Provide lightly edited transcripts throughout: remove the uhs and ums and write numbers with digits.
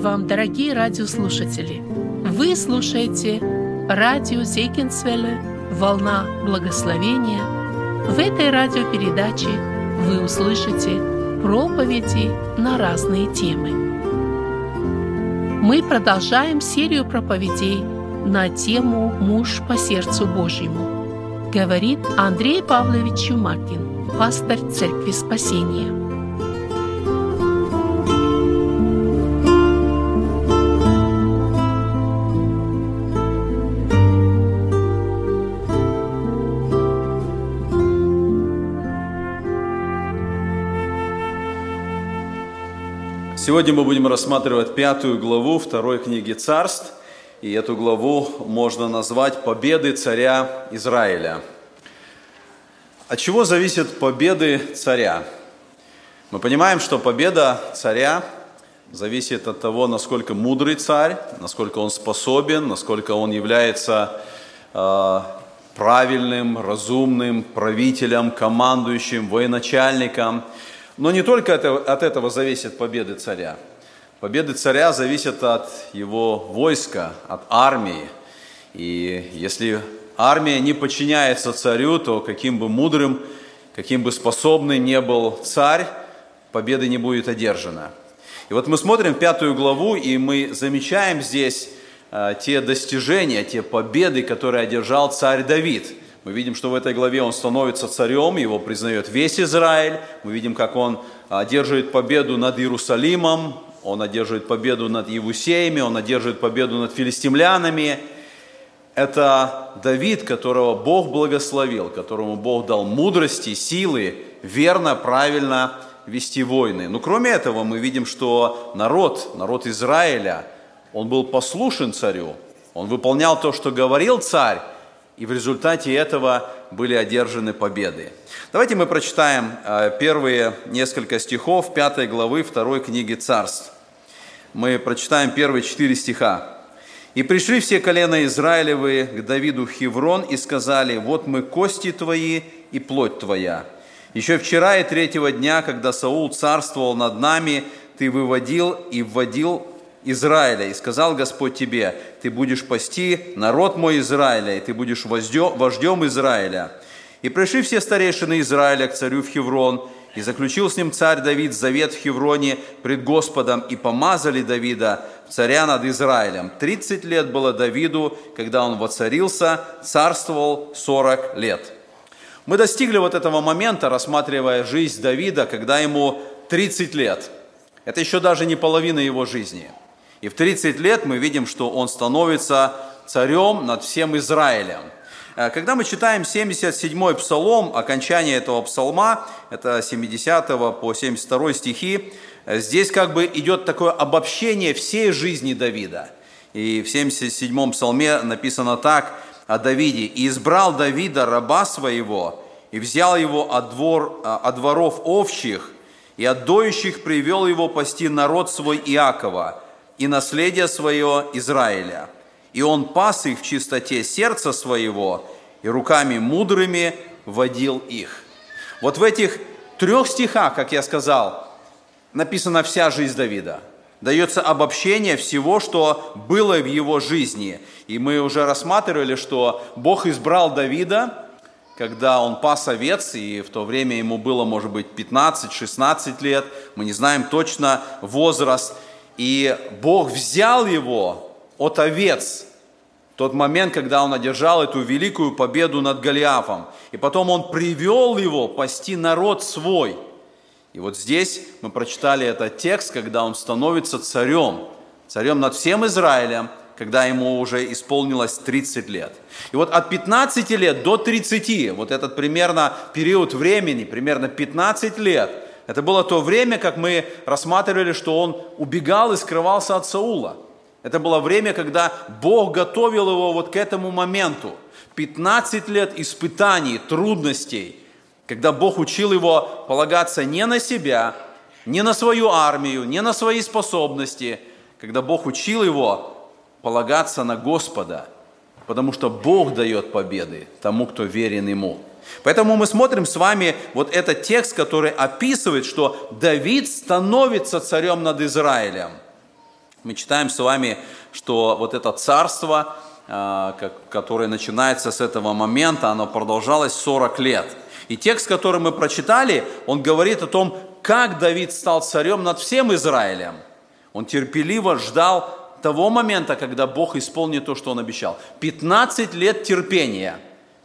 вам, дорогие радиослушатели! Вы слушаете радио Зегенсвелле «Волна благословения». В этой радиопередаче вы услышите проповеди на разные темы. Мы продолжаем серию проповедей на тему «Муж по сердцу Божьему», говорит Андрей Павлович Чумакин, пастор Церкви Спасения. Сегодня мы будем рассматривать 5 главу 2 книги Царств, и эту главу можно назвать «Победы царя Израиля». От чего зависят победы царя? Мы понимаем, что победа царя зависит от того, насколько мудрый царь, насколько он способен, насколько он является правильным, разумным правителем, командующим, военачальником. Но не только от этого зависят победы царя. Победы царя зависят от его войска, от армии. И если армия не подчиняется царю, то каким бы мудрым, каким бы способным ни был царь, победы не будет одержана. И вот мы смотрим 5 главу, и мы замечаем здесь те достижения, те победы, которые одержал царь Давид. Мы видим, что в этой главе он становится царем, его признает весь Израиль. Мы видим, как он одерживает победу над Иерусалимом, он одерживает победу над Иевусеями, он одерживает победу над филистимлянами. Это Давид, которого Бог благословил, которому Бог дал мудрости, силы, верно, правильно вести войны. Но кроме этого мы видим, что народ Израиля, он был послушен царю, он выполнял то, что говорил царь, и в результате этого были одержаны победы. Давайте мы прочитаем первые несколько стихов 5 главы 2 книги Царств. Мы прочитаем первые 4 стиха. «И пришли все колена Израилевы к Давиду в Хеврон и сказали: вот мы кости твои и плоть твоя. Еще вчера и 3-го дня, когда Саул царствовал над нами, ты выводил и вводил Израиля, и сказал Господь тебе: ты будешь пасти народ мой Израиля, и ты будешь вождем Израиля. И пришли все старейшины Израиля к царю в Хеврон, и заключил с ним царь Давид завет в Хевроне пред Господом, и помазали Давида в царя над Израилем. 30 лет было Давиду, когда он воцарился, царствовал 40 лет». Мы достигли вот этого момента, рассматривая жизнь Давида, когда ему 30 лет. Это еще даже не половина его жизни. И в 30 лет мы видим, что он становится царем над всем Израилем. Когда мы читаем 77-й псалом, окончание этого псалма, это 70 по 72 стихи, здесь как бы идет такое обобщение всей жизни Давида. И в 77-м псалме написано так о Давиде: «И избрал Давида, раба своего, и взял его от дворов овчих, и от доющих привел его пасти народ свой Иакова, и наследие свое Израиля. И он пас их в чистоте сердца своего, и руками мудрыми водил их». Вот в этих 3 стихах, как я сказал, написана вся жизнь Давида. Дается обобщение всего, что было в его жизни. И мы уже рассматривали, что Бог избрал Давида, когда он пас овец, и в то время ему было, может быть, 15-16 лет, мы не знаем точно возраст. И Бог взял его от овец в тот момент, когда он одержал эту великую победу над Голиафом. И потом он привел его пасти народ свой. И вот здесь мы прочитали этот текст, когда он становится царем над всем Израилем, когда ему уже исполнилось 30 лет. И вот от 15 лет до 30, вот этот примерно период времени, примерно 15 лет, это было то время, как мы рассматривали, что он убегал и скрывался от Саула. Это было время, когда Бог готовил его вот к этому моменту. 15 лет испытаний, трудностей, когда Бог учил его полагаться не на себя, не на свою армию, не на свои способности, когда Бог учил его полагаться на Господа, потому что Бог дает победы тому, кто верен Ему. Поэтому мы смотрим с вами вот этот текст, который описывает, что Давид становится царем над Израилем. Мы читаем с вами, что вот это царство, которое начинается с этого момента, оно продолжалось 40 лет. И текст, который мы прочитали, он говорит о том, как Давид стал царем над всем Израилем. Он терпеливо ждал того момента, когда Бог исполнит то, что Он обещал. 15 лет терпения.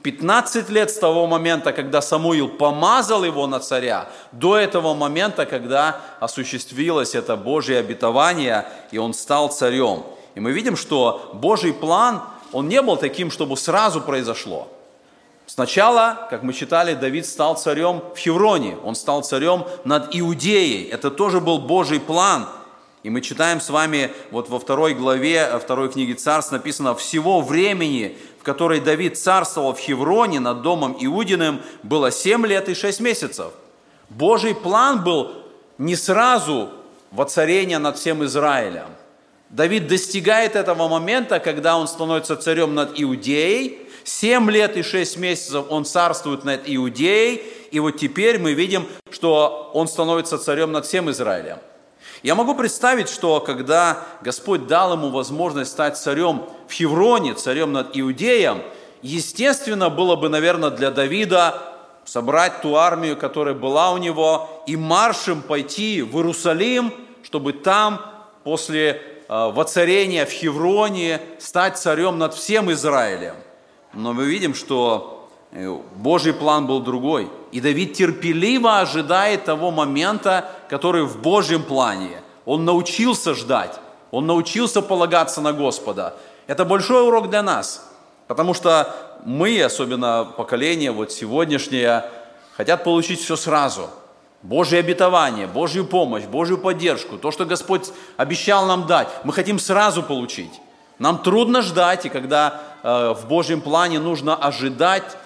15 лет с того момента, когда Самуил помазал его на царя, до этого момента, когда осуществилось это Божье обетование, и он стал царем. И мы видим, что Божий план, он не был таким, чтобы сразу произошло. Сначала, как мы читали, Давид стал царем в Хевроне, он стал царем над Иудеей. Это тоже был Божий план. И мы читаем с вами вот во 2 главе 2 книги Царств написано: «Всего времени, в которой Давид царствовал в Хевроне над домом Иудиным, было 7 лет и 6 месяцев». Божий план был не сразу воцарение над всем Израилем. Давид достигает этого момента, когда он становится царем над Иудеей. 7 лет и 6 месяцев он царствует над Иудеей. И вот теперь мы видим, что он становится царем над всем Израилем. Я могу представить, что когда Господь дал ему возможность стать царем в Хевроне, царем над Иудеем, естественно, было бы, наверное, для Давида собрать ту армию, которая была у него, и маршем пойти в Иерусалим, чтобы там, после воцарения в Хевроне, стать царем над всем Израилем. Но мы видим, что Божий план был другой. И Давид терпеливо ожидает того момента, который в Божьем плане. Он научился ждать, он научился полагаться на Господа. Это большой урок для нас, потому что мы, особенно поколение вот сегодняшнее, хотят получить все сразу. Божье обетование, Божью помощь, Божью поддержку, то, что Господь обещал нам дать, мы хотим сразу получить. Нам трудно ждать, и когда в Божьем плане нужно ожидать,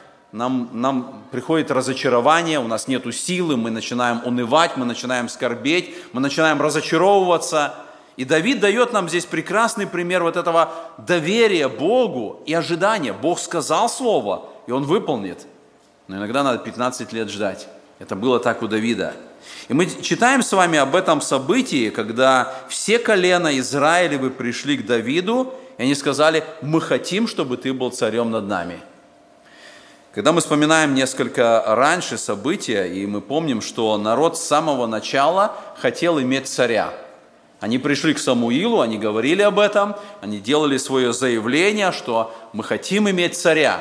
нам приходит разочарование, у нас нет силы, мы начинаем унывать, мы начинаем скорбеть, мы начинаем разочаровываться. И Давид дает нам здесь прекрасный пример вот этого доверия Богу и ожидания. Бог сказал слово, и Он выполнит. Но иногда надо 15 лет ждать. Это было так у Давида. И мы читаем с вами об этом событии, когда все колена Израилевы пришли к Давиду, и они сказали: «Мы хотим, чтобы ты был царем над нами». Когда мы вспоминаем несколько раньше события, и мы помним, что народ с самого начала хотел иметь царя. Они пришли к Самуилу, они говорили об этом, они делали свое заявление, что мы хотим иметь царя.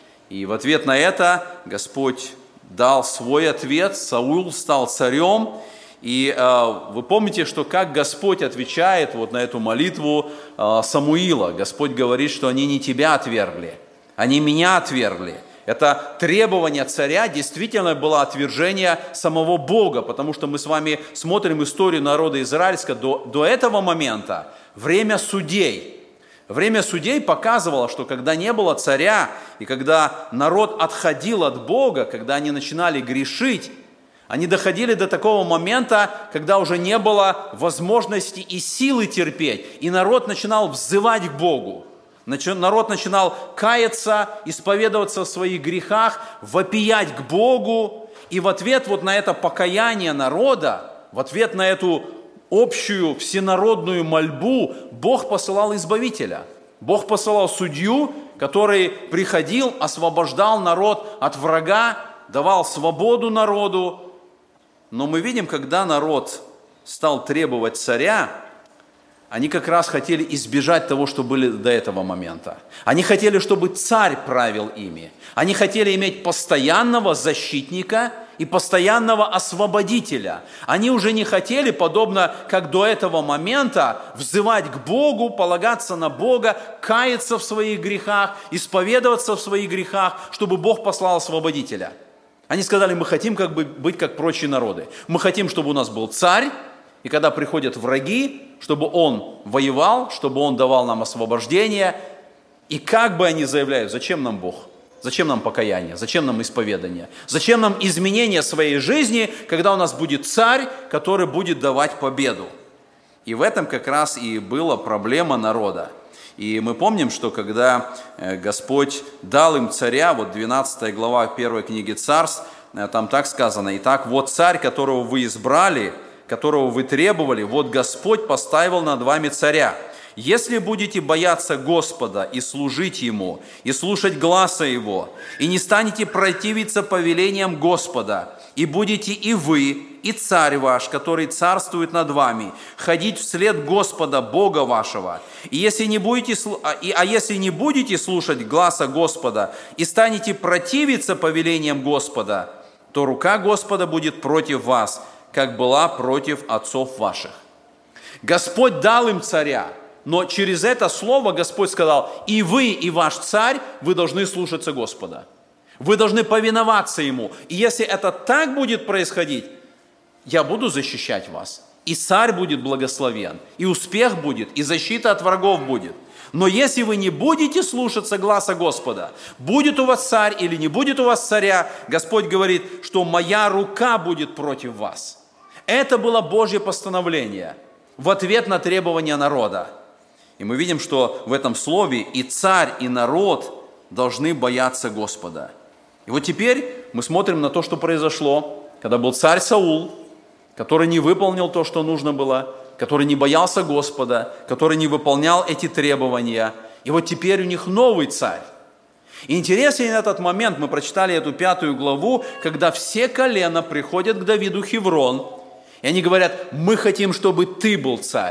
И в ответ на это Господь дал свой ответ, Саул стал царем. И вы помните, что как Господь отвечает вот на эту молитву Самуила. Господь говорит, что они не тебя отвергли, они меня отвергли. Это требование царя действительно было отвержение самого Бога, потому что мы с вами смотрим историю народа израильского до этого момента, время судей. Время судей показывало, что когда не было царя, и когда народ отходил от Бога, когда они начинали грешить, они доходили до такого момента, когда уже не было возможности и силы терпеть, и народ начинал взывать к Богу. Народ начинал каяться, исповедоваться в своих грехах, вопиять к Богу. И в ответ вот на это покаяние народа, в ответ на эту общую всенародную мольбу, Бог посылал избавителя. Бог посылал судью, который приходил, освобождал народ от врага, давал свободу народу. Но мы видим, когда народ стал требовать царя, они как раз хотели избежать того, что были до этого момента. Они хотели, чтобы царь правил ими. Они хотели иметь постоянного защитника и постоянного освободителя. Они уже не хотели, подобно как до этого момента, взывать к Богу, полагаться на Бога, каяться в своих грехах, исповедоваться в своих грехах, чтобы Бог послал освободителя. Они сказали: мы хотим быть как прочие народы. Мы хотим, чтобы у нас был царь, и когда приходят враги, чтобы он воевал, чтобы он давал нам освобождение. И как бы они заявляют: зачем нам Бог? Зачем нам покаяние? Зачем нам исповедание? Зачем нам изменение своей жизни, когда у нас будет царь, который будет давать победу? И в этом как раз и была проблема народа. И мы помним, что когда Господь дал им царя, вот 12 глава 1 книги Царств, там так сказано: «Итак, вот царь, которого вы избрали, которого вы требовали, вот Господь поставил над вами царя. Если будете бояться Господа и служить Ему, и слушать гласа Его, и не станете противиться повелениям Господа, и будете и вы, и царь ваш, который царствует над вами, ходить вслед Господа, Бога вашего, если не будете слушать гласа Господа, и станете противиться повелениям Господа, то рука Господа будет против вас, как была против отцов ваших». Господь дал им царя, но через это слово Господь сказал: и вы, и ваш царь, вы должны слушаться Господа. Вы должны повиноваться Ему. И если это так будет происходить, я буду защищать вас. И царь будет благословен, и успех будет, и защита от врагов будет. Но если вы не будете слушаться гласа Господа, будет у вас царь или не будет у вас царя, Господь говорит, что моя рука будет против вас. Это было Божье постановление в ответ на требования народа. И мы видим, что в этом слове и царь, и народ должны бояться Господа. И вот теперь мы смотрим на то, что произошло, когда был царь Саул, который не выполнил то, что нужно было, который не боялся Господа, который не выполнял эти требования. И вот теперь у них новый царь. И интересен этот момент, мы прочитали эту 5 главу, когда все колена приходят к Давиду в Хеврон, и они говорят: мы хотим, чтобы ты был царь.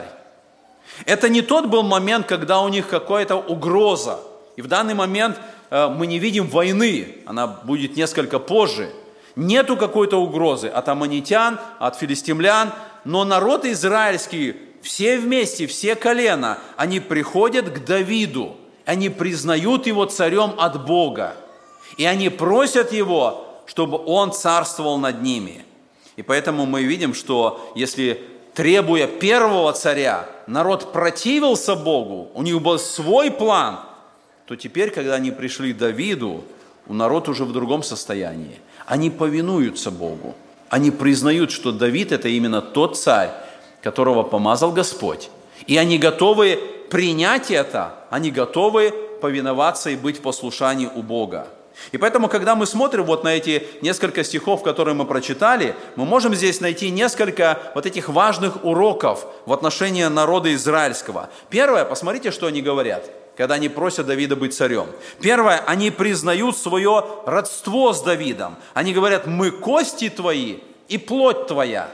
Это не тот был момент, когда у них какая-то угроза. И в данный момент мы не видим войны, она будет несколько позже. Нету какой-то угрозы от аммонитян, от филистимлян, но народ израильский, все вместе, все колена, они приходят к Давиду, они признают его царем от Бога, и они просят его, чтобы он царствовал над ними. И поэтому мы видим, что если, требуя первого царя, народ противился Богу, у них был свой план, то теперь, когда они пришли к Давиду, народ уже в другом состоянии. Они повинуются Богу. Они признают, что Давид – это именно тот царь, которого помазал Господь. И они готовы принять это, они готовы повиноваться и быть в послушании у Бога. И поэтому, когда мы смотрим вот на эти несколько стихов, которые мы прочитали, мы можем здесь найти несколько вот этих важных уроков в отношении народа израильского. Первое, посмотрите, что они говорят, когда они просят Давида быть царем. Первое, они признают свое родство с Давидом. Они говорят: мы кости твои и плоть твоя.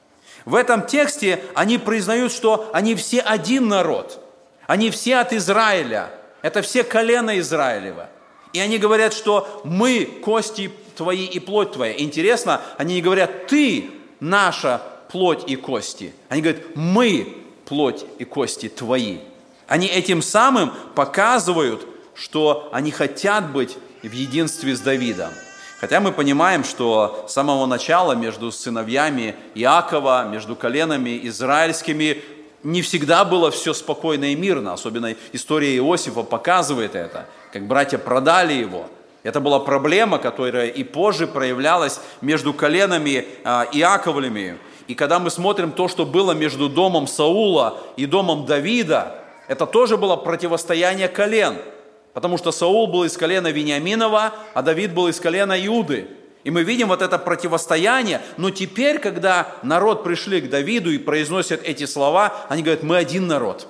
В этом тексте они признают, что они все один народ. Они все от Израиля. Это все колена Израилева. И они говорят, что мы кости твои и плоть твоя. Интересно, они не говорят: ты наша плоть и кости. Они говорят: мы плоть и кости твои. Они этим самым показывают, что они хотят быть в единстве с Давидом. Хотя мы понимаем, что с самого начала между сыновьями Иакова, между коленами израильскими не всегда было все спокойно и мирно. Особенно история Иосифа показывает это, как братья продали его. Это была проблема, которая и позже проявлялась между коленами Иаковлевыми. И когда мы смотрим то, что было между домом Саула и домом Давида, это тоже было противостояние колен, потому что Саул был из колена Вениаминова, а Давид был из колена Иуды. И мы видим вот это противостояние, но теперь, когда народ пришли к Давиду и произносят эти слова, они говорят: мы один народ.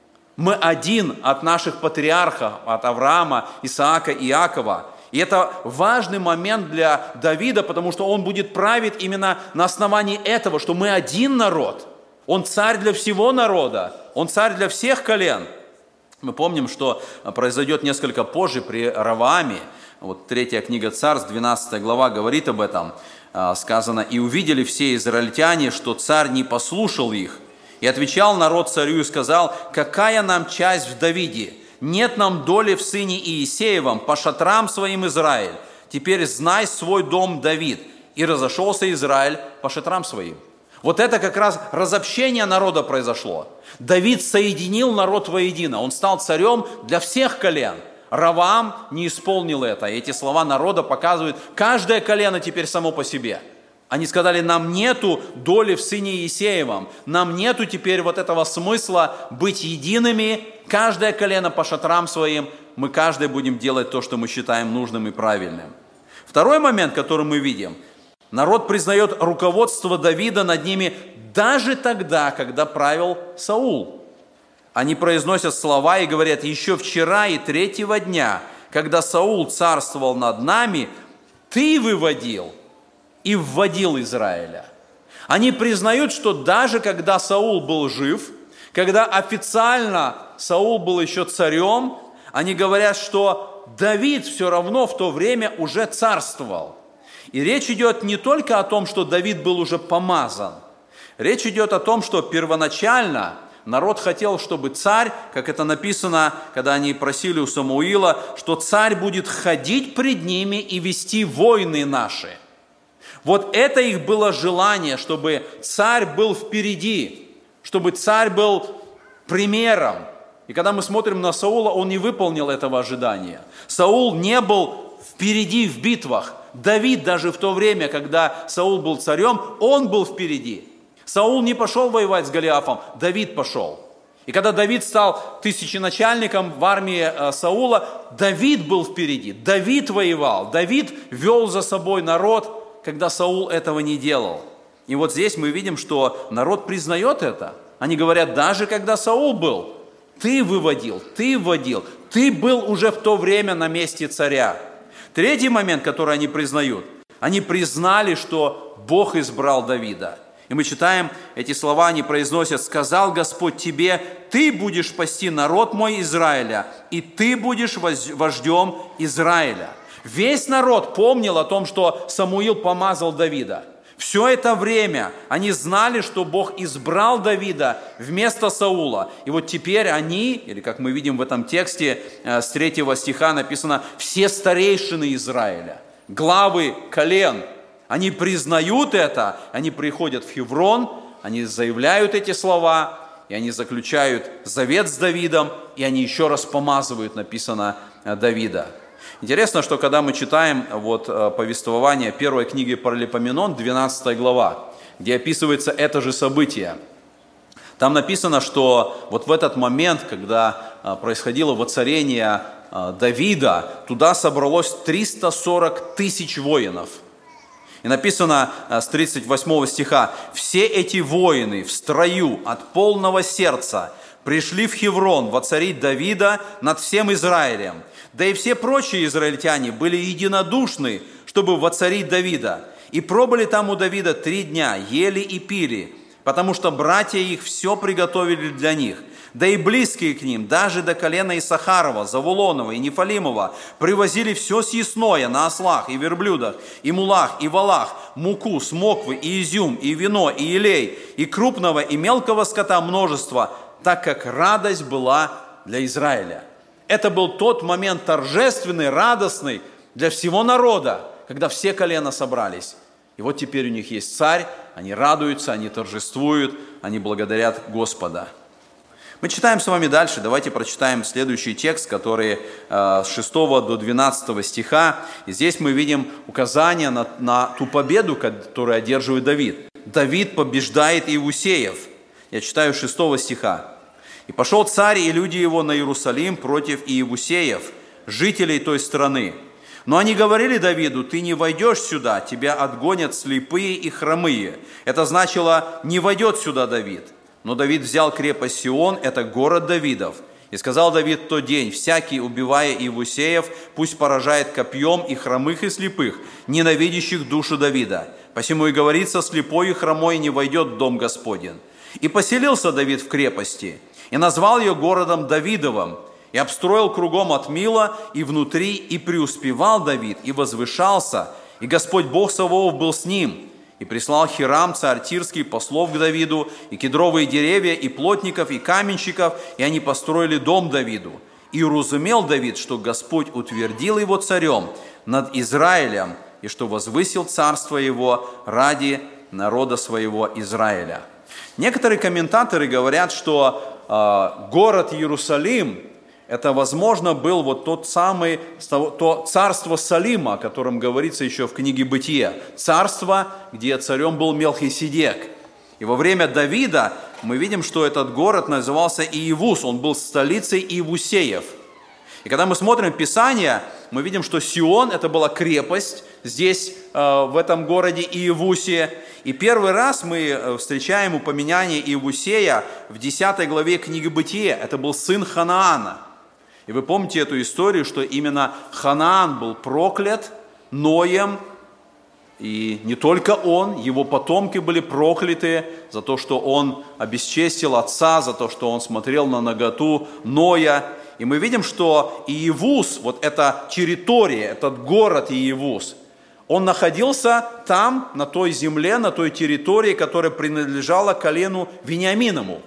Мы один от наших патриархов, от Авраама, Исаака и Иакова. И это важный момент для Давида, потому что он будет править именно на основании этого, что мы один народ. Он царь для всего народа, он царь для всех колен. Мы помним, что произойдет несколько позже при Ровоаме. Вот 3 книга Царств, 12 глава говорит об этом. Сказано: «И увидели все израильтяне, что царь не послушал их. И отвечал народ царю и сказал: какая нам часть в Давиде? Нет нам доли в сыне Иисеевом, по шатрам своим Израиль. Теперь знай свой дом, Давид». И разошелся Израиль по шатрам своим. Вот это как раз разобщение народа произошло. Давид соединил народ воедино. Он стал царем для всех колен. Ровоам не исполнил это. И эти слова народа показывают, каждое колено теперь само по себе. Они сказали: нам нету доли в сыне Иисеевом. Нам нету теперь вот этого смысла быть едиными. Каждое колено по шатрам своим. Мы каждый будем делать то, что мы считаем нужным и правильным. Второй момент, который мы видим. Народ признает руководство Давида над ними даже тогда, когда правил Саул. Они произносят слова и говорят: «Еще вчера и третьего дня, когда Саул царствовал над нами, ты выводил и вводил Израиля». Они признают, что даже когда Саул был жив, когда официально Саул был еще царем, они говорят, что Давид все равно в то время уже царствовал. И речь идет не только о том, что Давид был уже помазан. Речь идет о том, что первоначально народ хотел, чтобы царь, как это написано, когда они просили у Самуила, что царь будет ходить пред ними и вести войны наши. Вот это их было желание, чтобы царь был впереди, чтобы царь был примером. И когда мы смотрим на Саула, он не выполнил этого ожидания. Саул не был впереди в битвах. Давид даже в то время, когда Саул был царем, он был впереди. Саул не пошел воевать с Голиафом, Давид пошел. И когда Давид стал тысяченачальником в армии Саула, Давид был впереди, Давид воевал, Давид вел за собой народ, когда Саул этого не делал. И вот здесь мы видим, что народ признает это. Они говорят: даже когда Саул был, ты выводил, ты вводил, ты был уже в то время на месте царя. Третий момент, который они признают, они признали, что Бог избрал Давида. И мы читаем, эти слова они произносят: «Сказал Господь тебе, ты будешь пасти народ мой Израиля, и ты будешь вождем Израиля». Весь народ помнил о том, что Самуил помазал Давида. Все это время они знали, что Бог избрал Давида вместо Саула. И вот теперь они, или как мы видим в этом тексте, с 3 стиха написано: «Все старейшины Израиля, главы колен». Они признают это, они приходят в Хеврон, они заявляют эти слова, и они заключают завет с Давидом, и они еще раз помазывают, написано, Давида. Интересно, что когда мы читаем повествование первой книги Паралипоменон, 12 глава, где описывается это же событие, там написано, что вот в этот момент, когда происходило воцарение Давида, туда собралось 340 тысяч воинов. И написано с 38 стиха: «Все эти воины в строю от полного сердца пришли в Хеврон воцарить Давида над всем Израилем. Да и все прочие израильтяне были единодушны, чтобы воцарить Давида. И пробыли там у Давида 3 дня, ели и пили, потому что братья их все приготовили для них. Да и близкие к ним, даже до колена Исахарова, Завулонова и Нефалимова, привозили все съестное на ослах и верблюдах, и мулах, и валах, муку, смоквы, и изюм, и вино, и елей, и крупного, и мелкого скота множество, так как радость была для Израиля». Это был тот момент торжественный, радостный для всего народа, когда все колена собрались. И вот теперь у них есть царь, они радуются, они торжествуют, они благодарят Господа. Мы читаем с вами дальше, давайте прочитаем следующий текст, который с 6 до 12 стиха. И здесь мы видим указание на ту победу, которую одерживает Давид. Давид побеждает Иеусеев. Я читаю 6 стиха. «И пошел царь и люди его на Иерусалим против Иевусеев, жителей той страны. Но они говорили Давиду: ты не войдешь сюда, тебя отгонят слепые и хромые». Это значило: не войдет сюда Давид. Но Давид взял крепость Сион, это город Давидов. И сказал Давид в тот день: всякий, убивая Иевусеев, пусть поражает копьем и хромых, и слепых, ненавидящих душу Давида. Посему и говорится: слепой и хромой не войдет в дом Господень. И поселился Давид в крепости, и назвал ее городом Давидовым, и обстроил кругом от Мила и внутри, и преуспевал Давид, и возвышался, и Господь Бог Саваоф был с ним. И прислал Хирам, царь Тирский, послов к Давиду, и кедровые деревья, и плотников, и каменщиков, и они построили дом Давиду. И уразумел Давид, что Господь утвердил его царем над Израилем, и что возвысил царство его ради народа своего Израиля». Некоторые комментаторы говорят, что город Иерусалим – это, возможно, был вот то царство Салима, о котором говорится еще в книге «Бытие». Царство, где царем был Мелхиседек. И во время Давида мы видим, что этот город назывался Иевус, он был столицей Иевусеев. И когда мы смотрим Писание, мы видим, что Сион – это была крепость здесь, в этом городе Иевусе. И первый раз мы встречаем упоминание Иевусея в 10 главе книги Бытия. Это был сын Ханаана. И вы помните эту историю, что именно Ханаан был проклят Ноем, и не только он, его потомки были прокляты за то, что он обесчестил отца, за то, что он смотрел на наготу Ноя. И мы видим, что Иевус, вот эта территория, этот город Иевус, он находился там, на той земле, на той территории, которая принадлежала колену Вениаминову.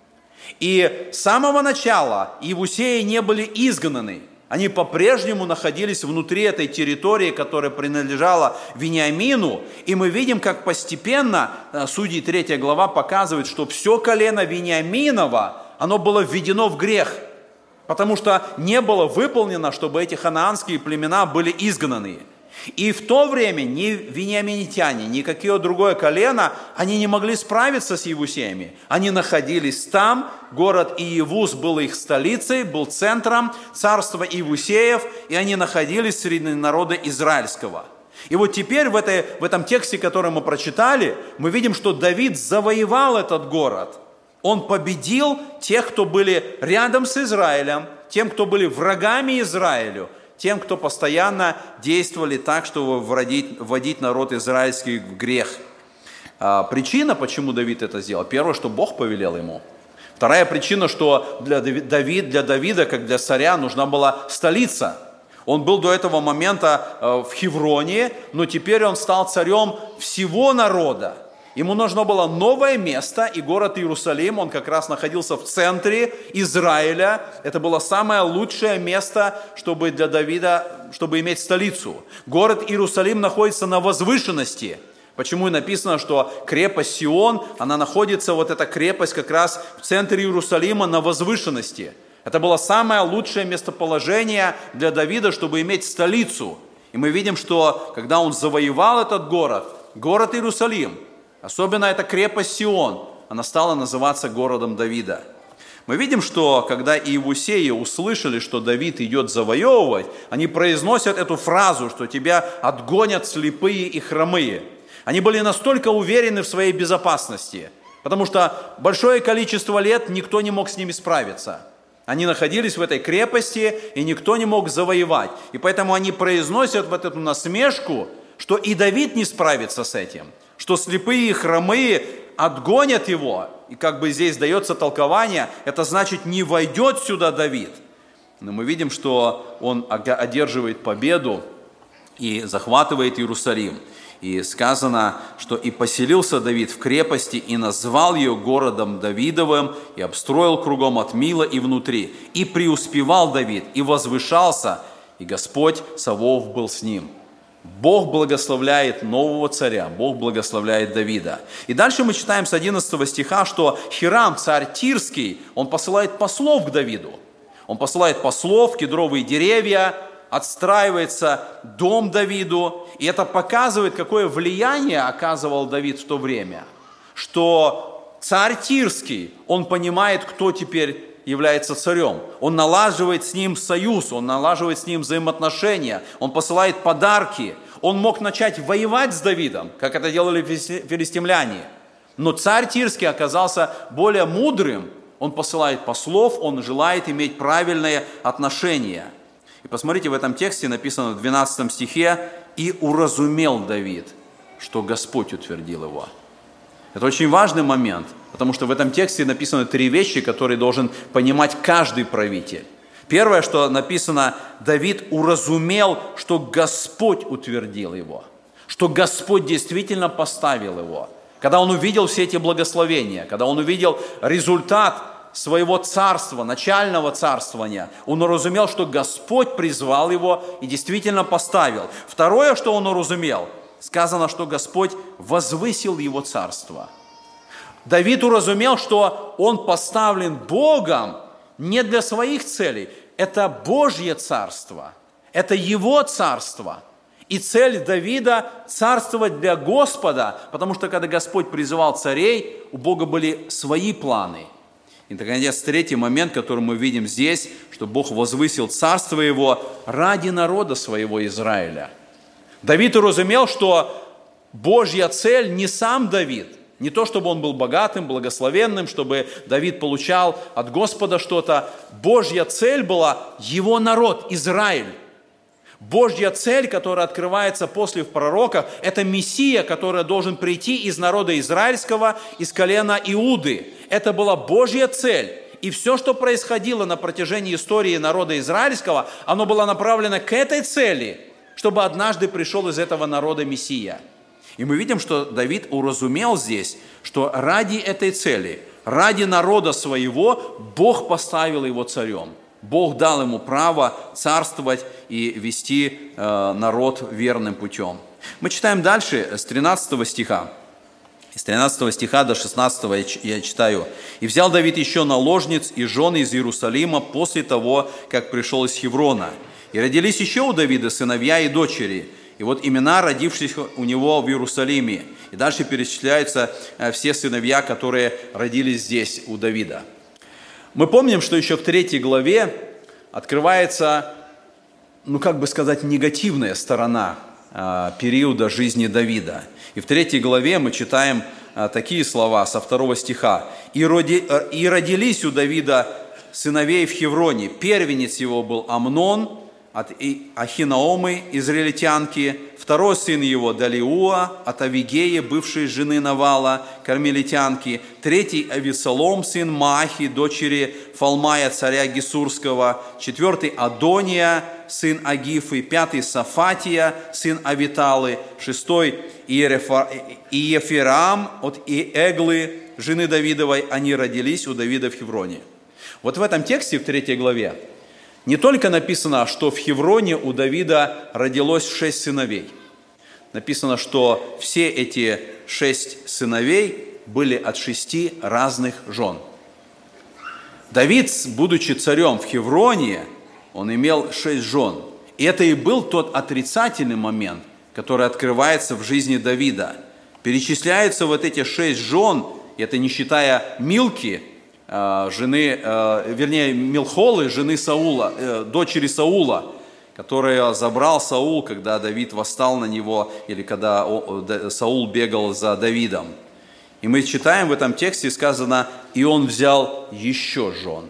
И с самого начала иевусеи не были изгнаны. Они по-прежнему находились внутри этой территории, которая принадлежала Вениамину. И мы видим, как постепенно, Судьи 3 глава показывает, что все колено Вениаминова, оно было введено в грех. Потому что не было выполнено, чтобы эти ханаанские племена были изгнаны. И в то время ни вениаминитяне, ни какое другое колено, они не могли справиться с иевусеями. Они находились там, город Иевус был их столицей, был центром царства иевусеев, и они находились среди народа израильского. И вот теперь в этом тексте, который мы прочитали, мы видим, что Давид завоевал этот город. Он победил тех, кто были рядом с Израилем, тем, кто были врагами Израилю, тем, кто постоянно действовали так, чтобы вводить народ израильский в грех. Причина, почему Давид это сделал, первое, что Бог повелел ему. Вторая причина, что для Давида, как для царя, нужна была столица. Он был до этого момента в Хевроне, но теперь он стал царем всего народа. Ему нужно было новое место, и город Иерусалим, он как раз находился в центре Израиля. Это было самое лучшее место, чтобы для Давида, чтобы иметь столицу. Город Иерусалим находится на возвышенности. Почему и написано, что крепость Сион, она находится, вот эта крепость как раз в центре Иерусалима на возвышенности. Это было самое лучшее местоположение для Давида, чтобы иметь столицу. И мы видим, что когда он завоевал этот город Иерусалим, особенно эта крепость Сион, она стала называться городом Давида. Мы видим, что когда иевусеи услышали, что Давид идет завоевывать, они произносят эту фразу, что тебя отгонят слепые и хромые. Они были настолько уверены в своей безопасности, потому что большое количество лет никто не мог с ними справиться. Они находились в этой крепости, и никто не мог завоевать. И поэтому они произносят вот эту насмешку, что и Давид не справится с этим, что слепые и хромые отгонят его. И как бы здесь дается толкование, это значит, не войдет сюда Давид. Но мы видим, что он одерживает победу и захватывает Иерусалим. И сказано, что «И поселился Давид в крепости, и назвал ее городом Давидовым, и обстроил кругом от мила и внутри. И преуспевал Давид, и возвышался, и Господь Саваоф был с ним». Бог благословляет нового царя, Бог благословляет Давида. И дальше мы читаем с 11 стиха, что Хирам, царь Тирский, он посылает послов к Давиду. Он посылает послов, кедровые деревья, отстраивается дом Давиду. И это показывает, какое влияние оказывал Давид в то время. Что царь Тирский, он понимает, кто теперь является царем. Он налаживает с ним союз, он налаживает с ним взаимоотношения, он посылает подарки. Он мог начать воевать с Давидом, как это делали филистимляне. Но царь Тирский оказался более мудрым. Он посылает послов, он желает иметь правильные отношения. И посмотрите, в этом тексте написано в 12 стихе: «И уразумел Давид, что Господь утвердил его». Это очень важный момент, потому что в этом тексте написаны 3 вещи, которые должен понимать каждый правитель. Первое, что написано: Давид уразумел, что Господь утвердил его, что Господь действительно поставил его. Когда он увидел все эти благословения, когда он увидел результат своего царства, начального царствования, он уразумел, что Господь призвал его и действительно поставил. Второе, что он уразумел, сказано, что Господь возвысил его царство. Давид уразумел, что он поставлен Богом не для своих целей. Это Божье царство, это его царство. И цель Давида – царствовать для Господа, потому что когда Господь призывал царей, у Бога были свои планы. И, наконец, третий момент, который мы видим здесь, что Бог возвысил царство Его ради народа Своего Израиля. Давид уразумел, что Божья цель не сам Давид, не то, чтобы он был богатым, благословенным, чтобы Давид получал от Господа что-то. Божья цель была его народ, Израиль. Божья цель, которая открывается после в пророках, это Мессия, который должен прийти из народа израильского, из колена Иуды. Это была Божья цель. И все, что происходило на протяжении истории народа израильского, оно было направлено к этой цели, чтобы однажды пришел из этого народа Мессия. И мы видим, что Давид уразумел здесь, что ради этой цели, ради народа своего, Бог поставил его царем. Бог дал ему право царствовать и вести народ верным путем. Мы читаем дальше с 13 стиха. С 13 стиха до 16 я читаю. «И взял Давид еще наложниц и жен из Иерусалима после того, как пришел из Хеврона. И родились еще у Давида сыновья и дочери. И вот имена родившихся у него в Иерусалиме». И дальше перечисляются все сыновья, которые родились здесь у Давида. Мы помним, что еще в 3 главе открывается, негативная сторона периода жизни Давида. И в 3 главе мы читаем такие слова со 2 стиха. «И родились у Давида сыновей в Хевроне. Первенец его был Амнон от Ахинаомы, израильтянки, второй сын его Далиуа от Авигеи, бывшей жены Навала, кармелитянки, третий Авесолом, сын Маахи, дочери Фалмая, царя Гесурского, четвертый Адония, сын Агифы, пятый Сафатия, сын Авиталы, шестой Иефираам от Иэглы, жены Давидовой. Они родились у Давида в Хевроне». Вот в этом тексте, в 3 главе, не только написано, что в Хевроне у Давида родилось 6 сыновей. Написано, что все эти 6 сыновей были от 6 разных жен. Давид, будучи царем в Хевроне, он имел 6 жен. И это и был тот отрицательный момент, который открывается в жизни Давида. Перечисляются вот эти 6 жен, это не считая Милки, Милхолы, жены Саула, дочери Саула, которую забрал Саул, когда Давид восстал на него, или когда Саул бегал за Давидом. И мы читаем в этом тексте, сказано, «И он взял еще жен».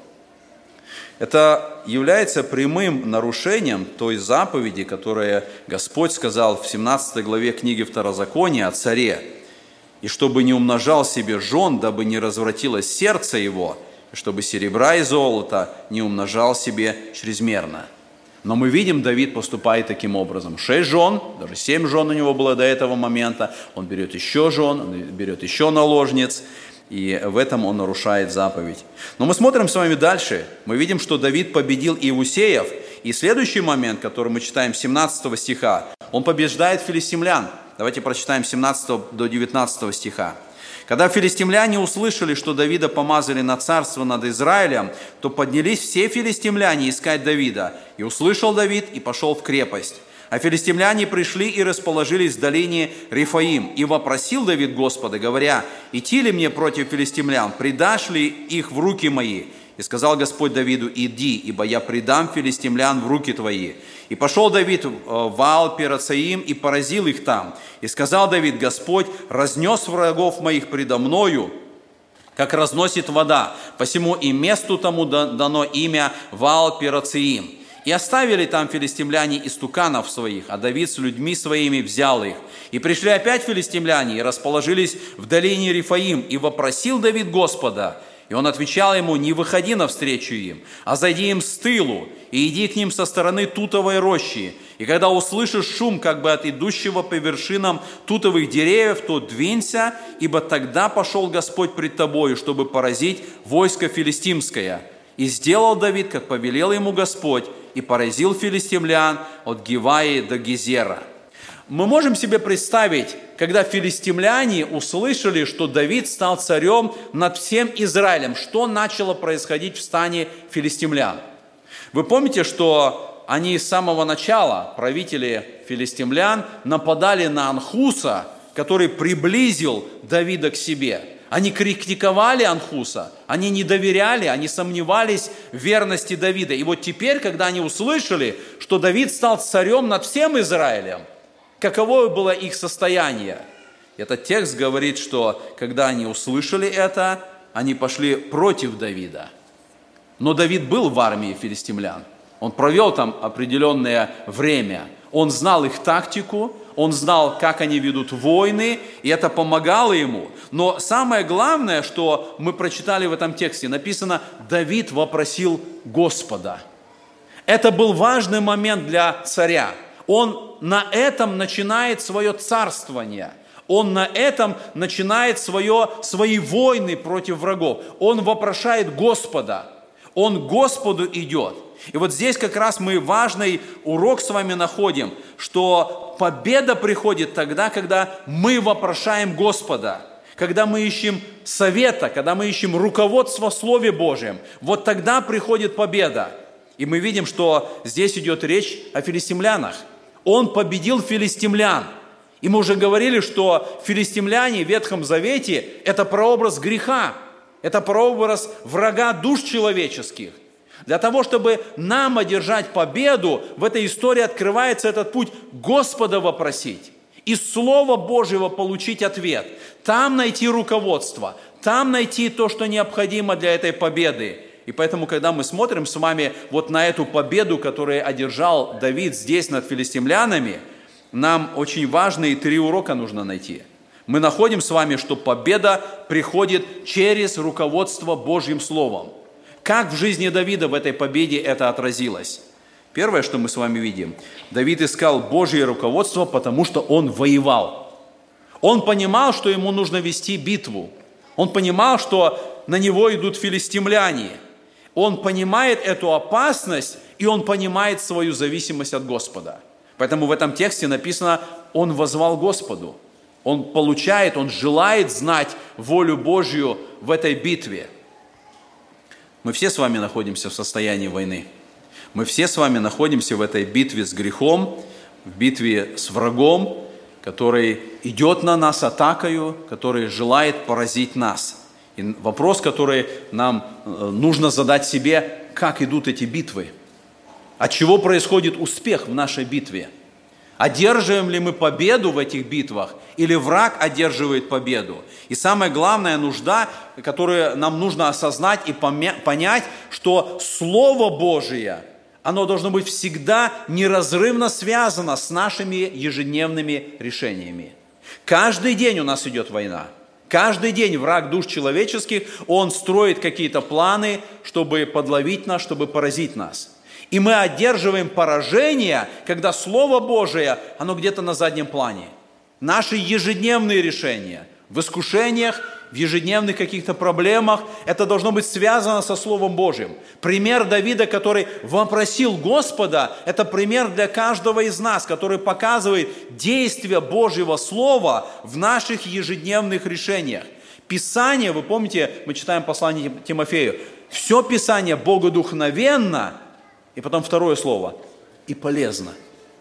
Это является прямым нарушением той заповеди, которую Господь сказал в 17 главе книги Второзакония о царе. «И чтобы не умножал себе жен, дабы не развратилось сердце его, и чтобы серебра и золота не умножал себе чрезмерно». Но мы видим, Давид поступает таким образом. 6 жен, даже 7 жен у него было до этого момента. Он берет еще жен, он берет еще наложниц, и в этом он нарушает заповедь. Но мы смотрим с вами дальше. Мы видим, что Давид победил Иусеев. И следующий момент, который мы читаем 17 стиха, он побеждает филистимлян. Давайте прочитаем 17 до 19 стиха. «Когда филистимляне услышали, что Давида помазали на царство над Израилем, то поднялись все филистимляне искать Давида. И услышал Давид, и пошел в крепость. А филистимляне пришли и расположились в долине Рифаим. И вопросил Давид Господа, говоря, идти ли мне против филистимлян, предашь ли их в руки мои? И сказал Господь Давиду, иди, ибо я предам филистимлян в руки твои. И пошел Давид в Ваал-Перацаим и поразил их там. И сказал Давид, Господь разнес врагов моих предо мною, как разносит вода. Посему и месту тому дано имя Ваал-Перацаим. И оставили там филистимляне истуканов своих, а Давид с людьми своими взял их. И пришли опять филистимляне и расположились в долине Рифаим. И вопросил Давид Господа. И он отвечал ему, не выходи навстречу им, а зайди им с тылу, и иди к ним со стороны тутовой рощи. И когда услышишь шум как бы от идущего по вершинам тутовых деревьев, то двинься, ибо тогда пошел Господь пред тобою, чтобы поразить войско филистимское. И сделал Давид, как повелел ему Господь, и поразил филистимлян от Гиваи до Гезера». Мы можем себе представить, когда филистимляне услышали, что Давид стал царем над всем Израилем, что начало происходить в стане филистимлян. Вы помните, что они с самого начала, правители филистимлян, нападали на Анхуса, который приблизил Давида к себе. Они критиковали Анхуса, они не доверяли, они сомневались в верности Давида. И вот теперь, когда они услышали, что Давид стал царем над всем Израилем, каково было их состояние? Этот текст говорит, что когда они услышали это, они пошли против Давида. Но Давид был в армии филистимлян. Он провел там определенное время. Он знал их тактику, он знал, как они ведут войны, и это помогало ему. Но самое главное, что мы прочитали в этом тексте, написано: Давид вопросил Господа. Это был важный момент для царя. Он на этом начинает свое царствование. Он на этом начинает свои войны против врагов. Он вопрошает Господа. Он к Господу идет. И вот здесь как раз мы важный урок с вами находим, что победа приходит тогда, когда мы вопрошаем Господа, когда мы ищем совета, когда мы ищем руководства в Слове Божьем. Вот тогда приходит победа. И мы видим, что здесь идет речь о филистимлянах. Он победил филистимлян. И мы уже говорили, что филистимляне в Ветхом Завете – это прообраз греха, это прообраз врага душ человеческих. Для того, чтобы нам одержать победу, в этой истории открывается этот путь Господа вопросить. Из Слова Божьего получить ответ. Там найти руководство, там найти то, что необходимо для этой победы. И поэтому, когда мы смотрим с вами вот на эту победу, которую одержал Давид здесь над филистимлянами, нам очень важные 3 урока нужно найти. Мы находим с вами, что победа приходит через руководство Божьим Словом. Как в жизни Давида в этой победе это отразилось? Первое, что мы с вами видим, Давид искал Божье руководство, потому что он воевал. Он понимал, что ему нужно вести битву. Он понимал, что на него идут филистимляне. Он понимает эту опасность, и он понимает свою зависимость от Господа. Поэтому в этом тексте написано: он воззвал Господу. Он получает, он желает знать волю Божью в этой битве. Мы все с вами находимся в состоянии войны. Мы все с вами находимся в этой битве с грехом, в битве с врагом, который идет на нас атакою, который желает поразить нас. И вопрос, который нам нужно задать себе: как идут эти битвы? От чего происходит успех в нашей битве? Одерживаем ли мы победу в этих битвах, или враг одерживает победу? И самая главная нужда, которую нам нужно осознать и понять, что Слово Божие, оно должно быть всегда неразрывно связано с нашими ежедневными решениями. Каждый день у нас идет война. Каждый день враг душ человеческих, он строит какие-то планы, чтобы подловить нас, чтобы поразить нас. И мы одерживаем поражение, когда Слово Божие, оно где-то на заднем плане. Наши ежедневные решения в искушениях, в ежедневных каких-то проблемах, это должно быть связано со Словом Божьим. Пример Давида, который вопросил Господа, это пример для каждого из нас, который показывает действие Божьего Слова в наших ежедневных решениях. Писание, вы помните, мы читаем послание Тимофею, все Писание богодухновенно. И потом второе слово – и полезно.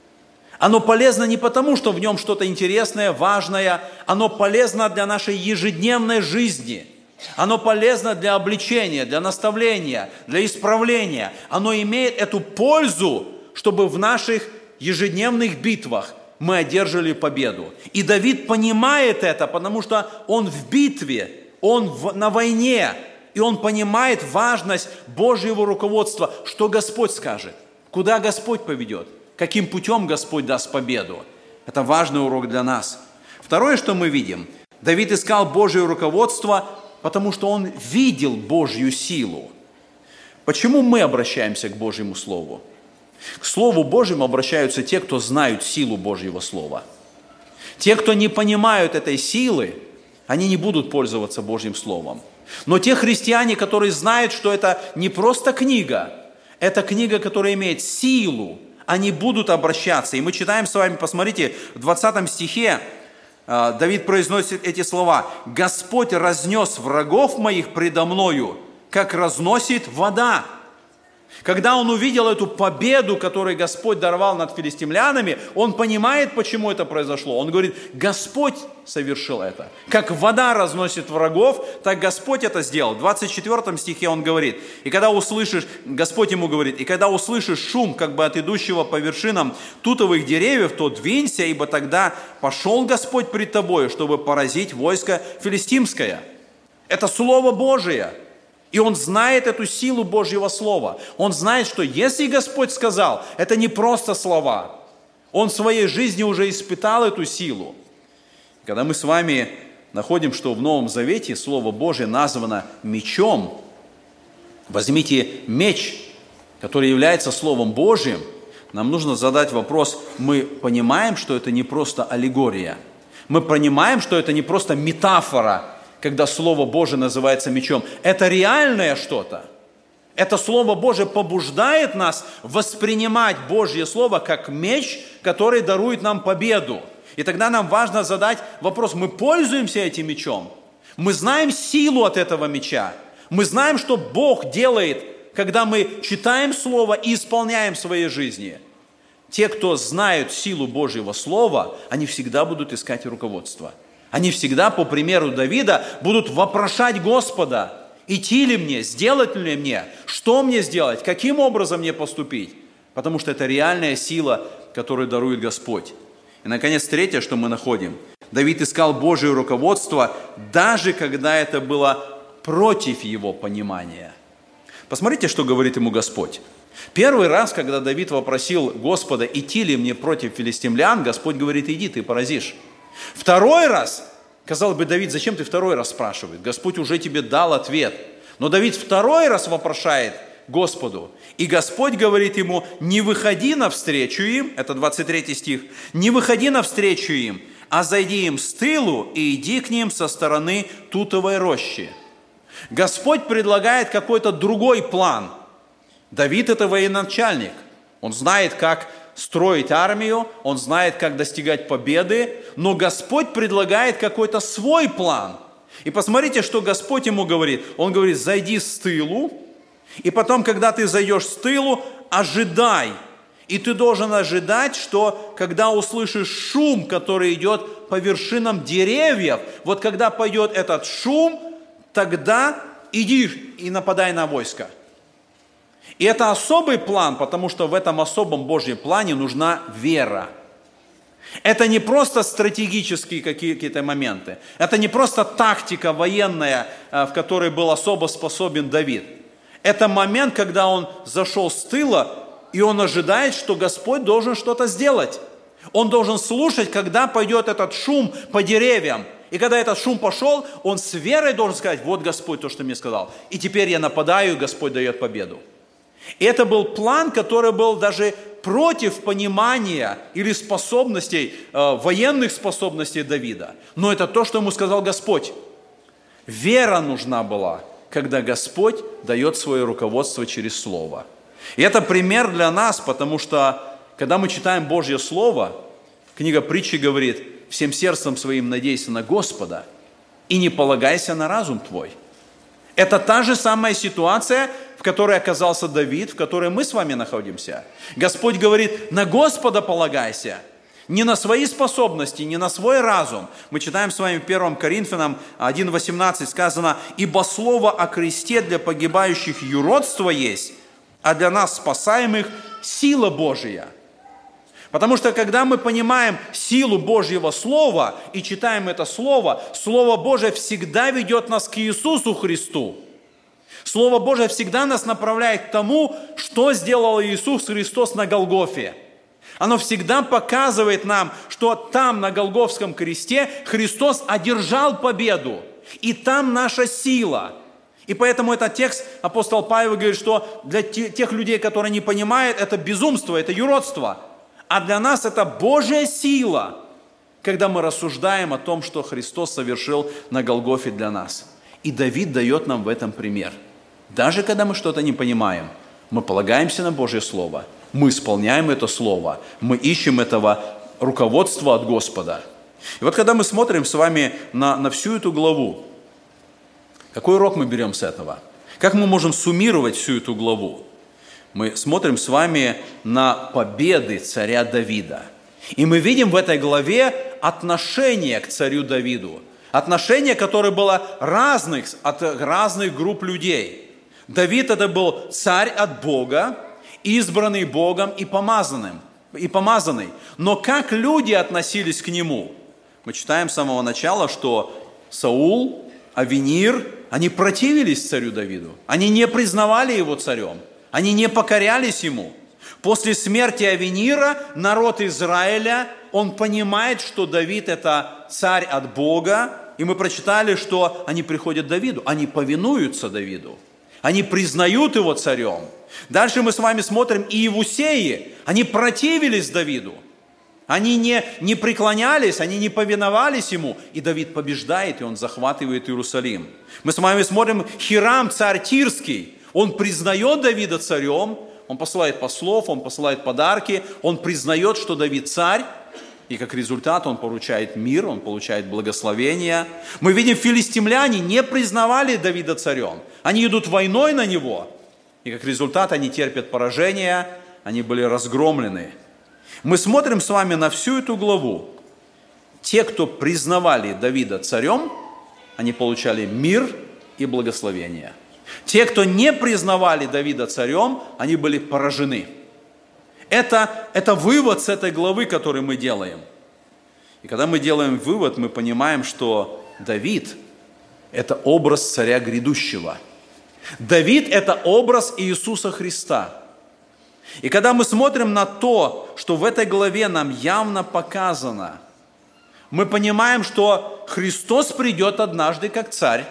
Оно полезно не потому, что в нем что-то интересное, важное. Оно полезно для нашей ежедневной жизни. Оно полезно для обличения, для наставления, для исправления. Оно имеет эту пользу, чтобы в наших ежедневных битвах мы одержали победу. И Давид понимает это, потому что он в битве, он на войне. И он понимает важность Божьего руководства, что Господь скажет, куда Господь поведет, каким путем Господь даст победу. Это важный урок для нас. Второе, что мы видим, Давид искал Божье руководство, потому что он видел Божью силу. Почему мы обращаемся к Божьему Слову? К Слову Божьему обращаются те, кто знают силу Божьего Слова. Те, кто не понимают этой силы, они не будут пользоваться Божьим Словом. Но те христиане, которые знают, что это не просто книга, это книга, которая имеет силу, они будут обращаться. И мы читаем с вами, посмотрите, в 20 стихе Давид произносит эти слова: «Господь разнес врагов моих предо мною, как разносит вода». Когда он увидел эту победу, которую Господь даровал над филистимлянами, он понимает, почему это произошло. Он говорит, Господь совершил это. Как вода разносит врагов, так Господь это сделал. В 24 стихе он говорит, и когда услышишь, Господь ему говорит, и когда услышишь шум, как бы от идущего по вершинам тутовых деревьев, то двинься, ибо тогда пошел Господь пред тобою, чтобы поразить войско филистимское. Это Слово Божие. И он знает эту силу Божьего Слова. Он знает, что если Господь сказал, это не просто слова. Он в своей жизни уже испытал эту силу. Когда мы с вами находим, что в Новом Завете Слово Божие названо мечом, возьмите меч, который является Словом Божьим, нам нужно задать вопрос, мы понимаем, что это не просто аллегория. Мы понимаем, что это не просто метафора, когда Слово Божие называется мечом. Это реальное что-то. Это Слово Божие побуждает нас воспринимать Божье Слово как меч, который дарует нам победу. И тогда нам важно задать вопрос, мы пользуемся этим мечом? Мы знаем силу от этого меча. Мы знаем, что Бог делает, когда мы читаем Слово и исполняем в своей жизни. Те, кто знают силу Божьего Слова, они всегда будут искать руководство. Они всегда, по примеру Давида, будут вопрошать Господа, идти ли мне, сделать ли мне, что мне сделать, каким образом мне поступить, потому что это реальная сила, которую дарует Господь. И, наконец, третье, что мы находим. Давид искал Божье руководство, даже когда это было против его понимания. Посмотрите, что говорит ему Господь. Первый раз, когда Давид вопросил Господа, идти ли мне против филистимлян, Господь говорит, иди, ты поразишь. Второй раз, казалось бы, Давид, зачем ты второй раз спрашиваешь? Господь уже тебе дал ответ. Но Давид второй раз вопрошает Господу. И Господь говорит ему, не выходи навстречу им, это 23 стих, не выходи навстречу им, а зайди им с тылу и иди к ним со стороны тутовой рощи. Господь предлагает какой-то другой план. Давид – это военачальник. Он знает, как строить армию, он знает, как достигать победы, но Господь предлагает какой-то свой план. И посмотрите, что Господь ему говорит. Он говорит, зайди с тылу, и потом, когда ты зайдешь с тылу, ожидай. И ты должен ожидать, что когда услышишь шум, который идет по вершинам деревьев, вот когда пойдет этот шум, тогда иди и нападай на войско. И это особый план, потому что в этом особом Божьем плане нужна вера. Это не просто стратегические какие-то моменты. Это не просто тактика военная, в которой был особо способен Давид. Это момент, когда он зашел с тыла, и он ожидает, что Господь должен что-то сделать. Он должен слушать, когда пойдет этот шум по деревьям. И когда этот шум пошел, он с верой должен сказать, вот Господь то, что мне сказал. И теперь я нападаю, и Господь дает победу. И это был план, который был даже против понимания или способностей, военных способностей Давида. Но это то, что ему сказал Господь. Вера нужна была, когда Господь дает свое руководство через Слово. И это пример для нас, потому что, когда мы читаем Божье Слово, книга Притчи говорит, всем сердцем своим надейся на Господа и не полагайся на разум твой. Это та же самая ситуация, в которой оказался Давид, в которой мы с вами находимся. Господь говорит, на Господа полагайся, не на свои способности, не на свой разум. Мы читаем с вами в 1 Коринфянам 1:18 сказано, «Ибо слово о кресте для погибающих юродство есть, а для нас спасаемых сила Божия». Потому что, когда мы понимаем силу Божьего Слова и читаем это Слово, Слово Божие всегда ведет нас к Иисусу Христу. Слово Божие всегда нас направляет к тому, что сделал Иисус Христос на Голгофе. Оно всегда показывает нам, что там, на Голгофском кресте, Христос одержал победу. И там наша сила. И поэтому этот текст апостол Павел говорит, что для тех людей, которые не понимают, это безумство, это юродство. А для нас это Божья сила, когда мы рассуждаем о том, что Христос совершил на Голгофе для нас. И Давид дает нам в этом пример. Даже когда мы что-то не понимаем, мы полагаемся на Божье Слово, мы исполняем это Слово, мы ищем этого руководства от Господа. И вот когда мы смотрим с вами на всю эту главу, какой урок мы берем с этого? Как мы можем суммировать всю эту главу? Мы смотрим с вами на победы царя Давида. И мы видим в этой главе отношение к царю Давиду. Отношение, которое было от разных групп людей. Давид – это был царь от Бога, избранный Богом и помазанный. Но как люди относились к нему? Мы читаем с самого начала, что Саул, Авенир, они противились царю Давиду. Они не признавали его царем. Они не покорялись ему. После смерти Авенира народ Израиля, он понимает, что Давид – это царь от Бога. И мы прочитали, что они приходят к Давиду, они повинуются Давиду. Они признают его царем. Дальше мы с вами смотрим, и иевусеи, они противились Давиду. Они не преклонялись, они не повиновались ему. И Давид побеждает, и он захватывает Иерусалим. Мы с вами смотрим, Хирам, царь Тирский, он признает Давида царем, он посылает послов, он посылает подарки, он признает, что Давид царь, и как результат он получает мир, он получает благословение. Мы видим, филистимляне не признавали Давида царем. Они идут войной на него, и как результат они терпят поражение, они были разгромлены. Мы смотрим с вами на всю эту главу. Те, кто признавали Давида царем, они получали мир и благословение. Те, кто не признавали Давида царем, они были поражены. Это вывод с этой главы, который мы делаем. И когда мы делаем вывод, мы понимаем, что Давид – это образ царя грядущего. Давид – это образ Иисуса Христа. И когда мы смотрим на то, что в этой главе нам явно показано, мы понимаем, что Христос придет однажды как царь,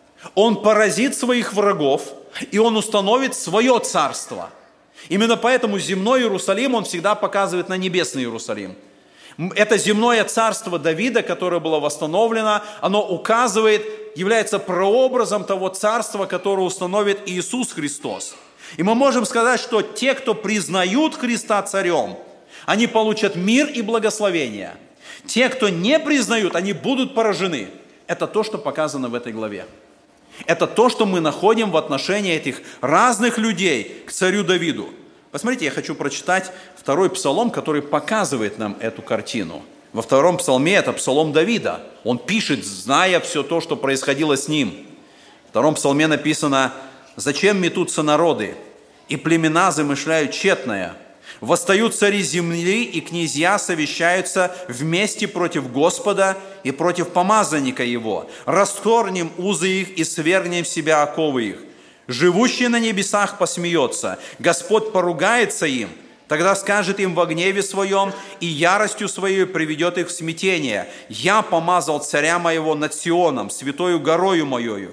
Он поразит своих врагов, и Он установит свое царство. Именно поэтому земной Иерусалим, он всегда показывает на небесный Иерусалим. Это земное царство Давида, которое было восстановлено, оно указывает, является прообразом того царства, которое установит Иисус Христос. И мы можем сказать, что те, кто признают Христа царем, они получат мир и благословение. Те, кто не признают, они будут поражены. Это то, что показано в этой главе. Это то, что мы находим в отношении этих разных людей к царю Давиду. Посмотрите, я хочу прочитать 2 псалом, который показывает нам эту картину. Во 2 псалме это псалом Давида. Он пишет, зная все то, что происходило с ним. В 2 псалме написано: «Зачем метутся народы, и племена замышляют тщетное? Восстают цари земли, и князья совещаются вместе против Господа и против помазанника Его. Расторгнем узы их и свергнем в себя оковы их. Живущий на небесах посмеется, Господь поругается им. Тогда скажет им во гневе своем и яростью своей приведет их в смятение. Я помазал царя моего над Сионом, святою горою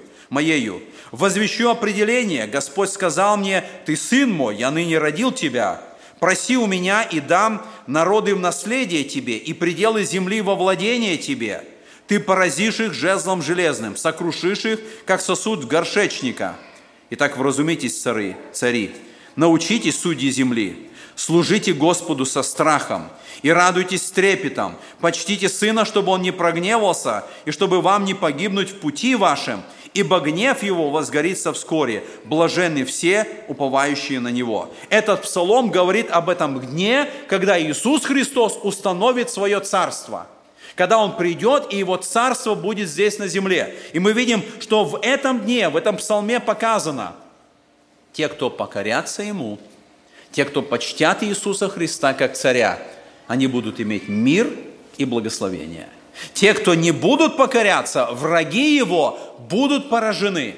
моею. Возвещу определение. Господь сказал мне: ты сын мой, я ныне родил тебя. Проси у меня, и дам народы в наследие тебе, и пределы земли во владение тебе. Ты поразишь их жезлом железным, сокрушишь их, как сосуд горшечника. Итак, вразумитесь, цари, научитесь, судьи земли, служите Господу со страхом и радуйтесь с трепетом. Почтите сына, чтобы он не прогневался, и чтобы вам не погибнуть в пути вашем, ибо гнев его возгорится вскоре. Блаженны все, уповающие на него». Этот псалом говорит об этом дне, когда Иисус Христос установит свое царство. Когда Он придет, и Его царство будет здесь на земле. И мы видим, что в этом дне, в этом псалме показано: те, кто покорятся Ему, те, кто почтят Иисуса Христа как царя, они будут иметь мир и благословение. Те, кто не будут покоряться, враги Его будут поражены.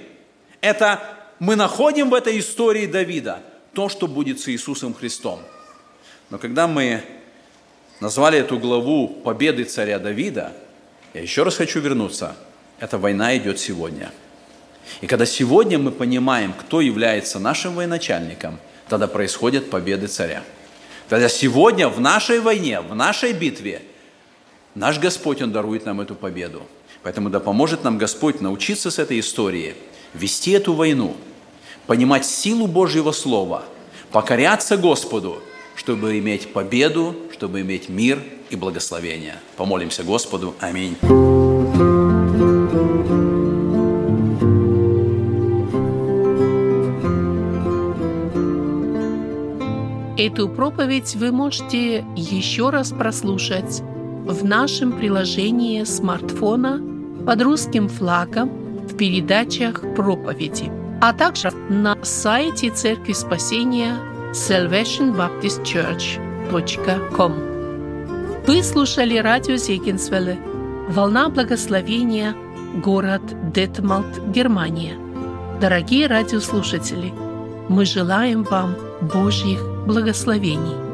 Это мы находим в этой истории Давида, то, что будет с Иисусом Христом. Но когда мы назвали эту главу «Победы царя Давида», я еще раз хочу вернуться. Эта война идет сегодня. И когда сегодня мы понимаем, кто является нашим военачальником, тогда происходят победы царя. Тогда сегодня в нашей войне, в нашей битве наш Господь, Он дарует нам эту победу. Поэтому да поможет нам Господь научиться с этой истории, вести эту войну, понимать силу Божьего Слова, покоряться Господу, чтобы иметь победу, чтобы иметь мир и благословение. Помолимся Господу. Аминь. Эту проповедь вы можете еще раз прослушать в нашем приложении смартфона под русским флагом в передачах проповеди, а также на сайте Церкви Спасения salvationbaptistchurch.com. Вы слушали радио Зегенсвелле, «Волна благословения», город Детмалт, Германия. Дорогие радиослушатели, мы желаем вам Божьих благословений.